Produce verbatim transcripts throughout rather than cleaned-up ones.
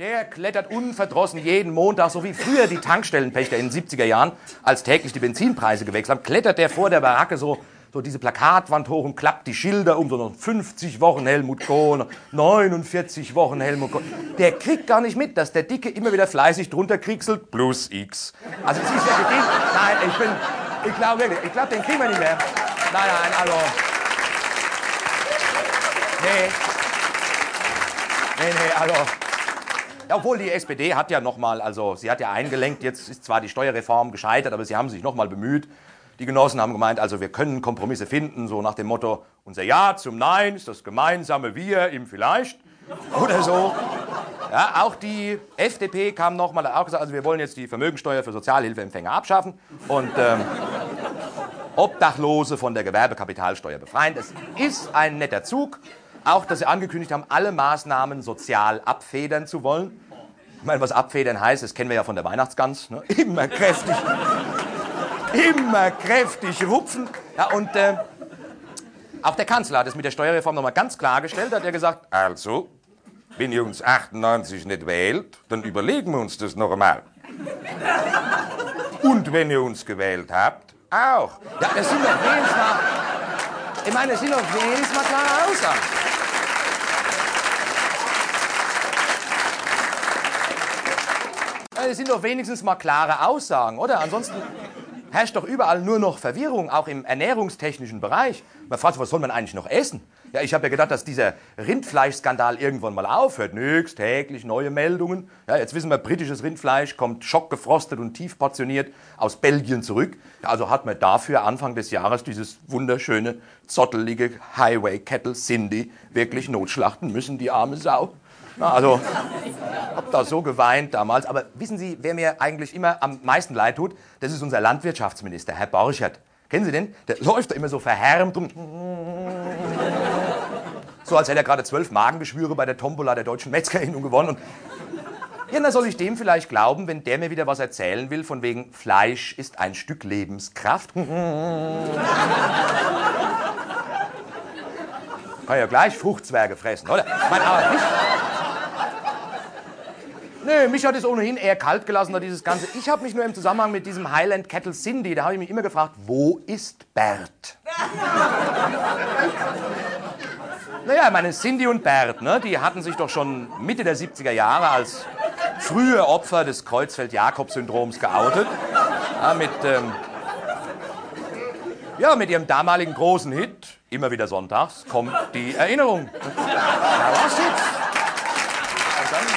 Der klettert unverdrossen jeden Montag, so wie früher die Tankstellenpächter in den siebziger Jahren, als täglich die Benzinpreise gewechselt haben, klettert der vor der Baracke so, so diese Plakatwand hoch und klappt die Schilder um, so noch fünfzig Wochen Helmut Kohl, neunundvierzig Wochen Helmut Kohl. Der kriegt gar nicht mit, dass der Dicke immer wieder fleißig drunter kriegselt, plus X. Also es ist ja gedient. Nein, ich bin, ich glaube wirklich, ich glaube, den kriegen wir nicht mehr. Nein, nein, also, nee, nee, nee, also, ja, obwohl die S P D hat ja nochmal, also sie hat ja eingelenkt, jetzt ist zwar die Steuerreform gescheitert, aber sie haben sich nochmal bemüht. Die Genossen haben gemeint, also wir können Kompromisse finden, so nach dem Motto, unser Ja zum Nein ist das gemeinsame Wir im Vielleicht oder so. Ja, auch die F D P kam nochmal, hat auch gesagt, also wir wollen jetzt die Vermögensteuer für Sozialhilfeempfänger abschaffen und ähm, Obdachlose von der Gewerbekapitalsteuer befreien. Es ist ein netter Zug. Auch, dass sie angekündigt haben, alle Maßnahmen sozial abfedern zu wollen. Ich meine, was abfedern heißt, das kennen wir ja von der Weihnachtsgans. Ne? Immer kräftig, immer kräftig rupfen. Ja, und äh, auch der Kanzler hat es mit der Steuerreform nochmal ganz klargestellt. Hat er gesagt, also, wenn ihr uns achtundneunzig nicht wählt, dann überlegen wir uns das noch einmal. Und wenn ihr uns gewählt habt, auch. Ja, das sind doch wenigstens mal, ich meine, das sind doch wenigstens mal klare Aussagen. Das sind doch wenigstens mal klare Aussagen, oder? Ansonsten herrscht doch überall nur noch Verwirrung, auch im ernährungstechnischen Bereich. Man fragt sich, was soll man eigentlich noch essen? Ja, ich habe ja gedacht, dass dieser Rindfleischskandal irgendwann mal aufhört. Nix, täglich neue Meldungen. Ja, jetzt wissen wir, britisches Rindfleisch kommt schockgefrostet und tief portioniert aus Belgien zurück. Ja, also hat man dafür Anfang des Jahres dieses wunderschöne, zottelige Highway Cattle Cindy wirklich notschlachten müssen, die arme Sau. Ja, also, hab da so geweint damals. Aber wissen Sie, wer mir eigentlich immer am meisten leid tut? Das ist unser Landwirtschaftsminister, Herr Borchert. Kennen Sie den? Der läuft da immer so verhärmt rum. So, als hätte er gerade zwölf Magengeschwüre bei der Tombola der deutschen Metzgerinnung gewonnen. Und ja, dann soll ich dem vielleicht glauben, wenn der mir wieder was erzählen will, von wegen Fleisch ist ein Stück Lebenskraft. Kann ja gleich Fruchtzwerge fressen, oder? Mein, aber nicht. Nee, mich hat es ohnehin eher kalt gelassen, da dieses Ganze. Ich habe mich nur im Zusammenhang mit diesem Highland Cattle Cindy, da habe ich mich immer gefragt, wo ist Bert? Naja, ich meine, Cindy und Bert, ne, die hatten sich doch schon Mitte der siebziger Jahre als frühe Opfer des Creutzfeldt-Jakob-Syndroms geoutet. Ja, mit, ähm, ja, mit ihrem damaligen großen Hit, immer wieder sonntags, kommt die Erinnerung. Ja, was jetzt? Und dann...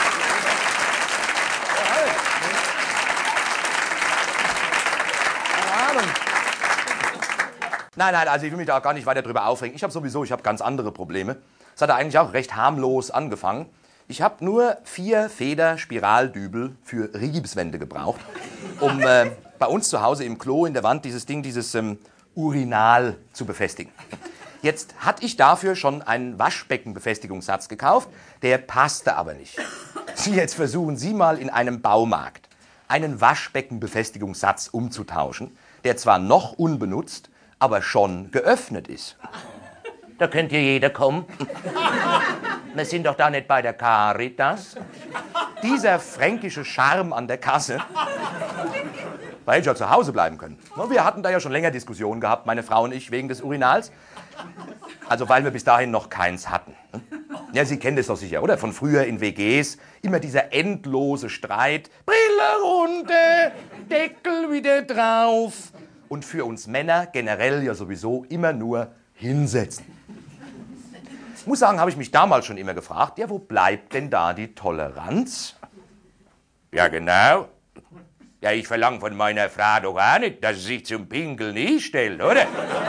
Nein, nein, also ich will mich da auch gar nicht weiter drüber aufregen. Ich habe sowieso, ich habe ganz andere Probleme. Es hat eigentlich auch recht harmlos angefangen. Ich habe nur vier Feder-Spiraldübel für Rigipswände gebraucht, um äh, bei uns zu Hause im Klo in der Wand dieses Ding, dieses ähm, Urinal zu befestigen. Jetzt hatte ich dafür schon einen Waschbeckenbefestigungssatz gekauft, der passte aber nicht. Jetzt versuchen Sie mal in einem Baumarkt einen Waschbeckenbefestigungssatz umzutauschen, der zwar noch unbenutzt, aber schon geöffnet ist. Da könnte jeder kommen. Wir sind doch da nicht bei der Caritas. Dieser fränkische Charme an der Kasse. Da hätte ich ja zu Hause bleiben können. Wir hatten da ja schon länger Diskussionen gehabt, meine Frau und ich, wegen des Urinals. Also weil wir bis dahin noch keins hatten. Ja, Sie kennen das doch sicher, oder? Von früher in W Gs. Immer dieser endlose Streit. Brille runter, Deckel wieder drauf. Und für uns Männer generell ja sowieso immer nur hinsetzen. Ich muss sagen, habe ich mich damals schon immer gefragt, ja, wo bleibt denn da die Toleranz? Ja, genau. Ja, ich verlange von meiner Frau doch auch nicht, dass sie sich zum Pinkeln hinstellt, oder?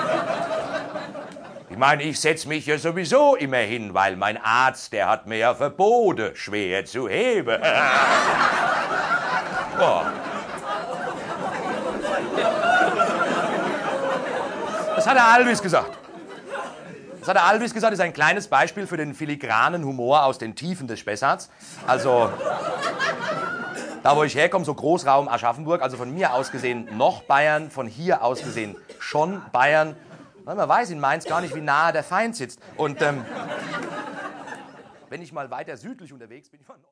Ich meine, ich setze mich ja sowieso immer hin, weil mein Arzt, der hat mir ja verboten, schwer zu heben. Boah. Das hat der Alvis gesagt. Das hat der Alvis gesagt, das ist ein kleines Beispiel für den filigranen Humor aus den Tiefen des Spessarts. Also, da wo ich herkomme, so Großraum Aschaffenburg, also von mir aus gesehen noch Bayern, von hier aus gesehen schon Bayern. Man weiß in Mainz gar nicht, wie nahe der Feind sitzt. Und ähm, wenn ich mal weiter südlich unterwegs bin...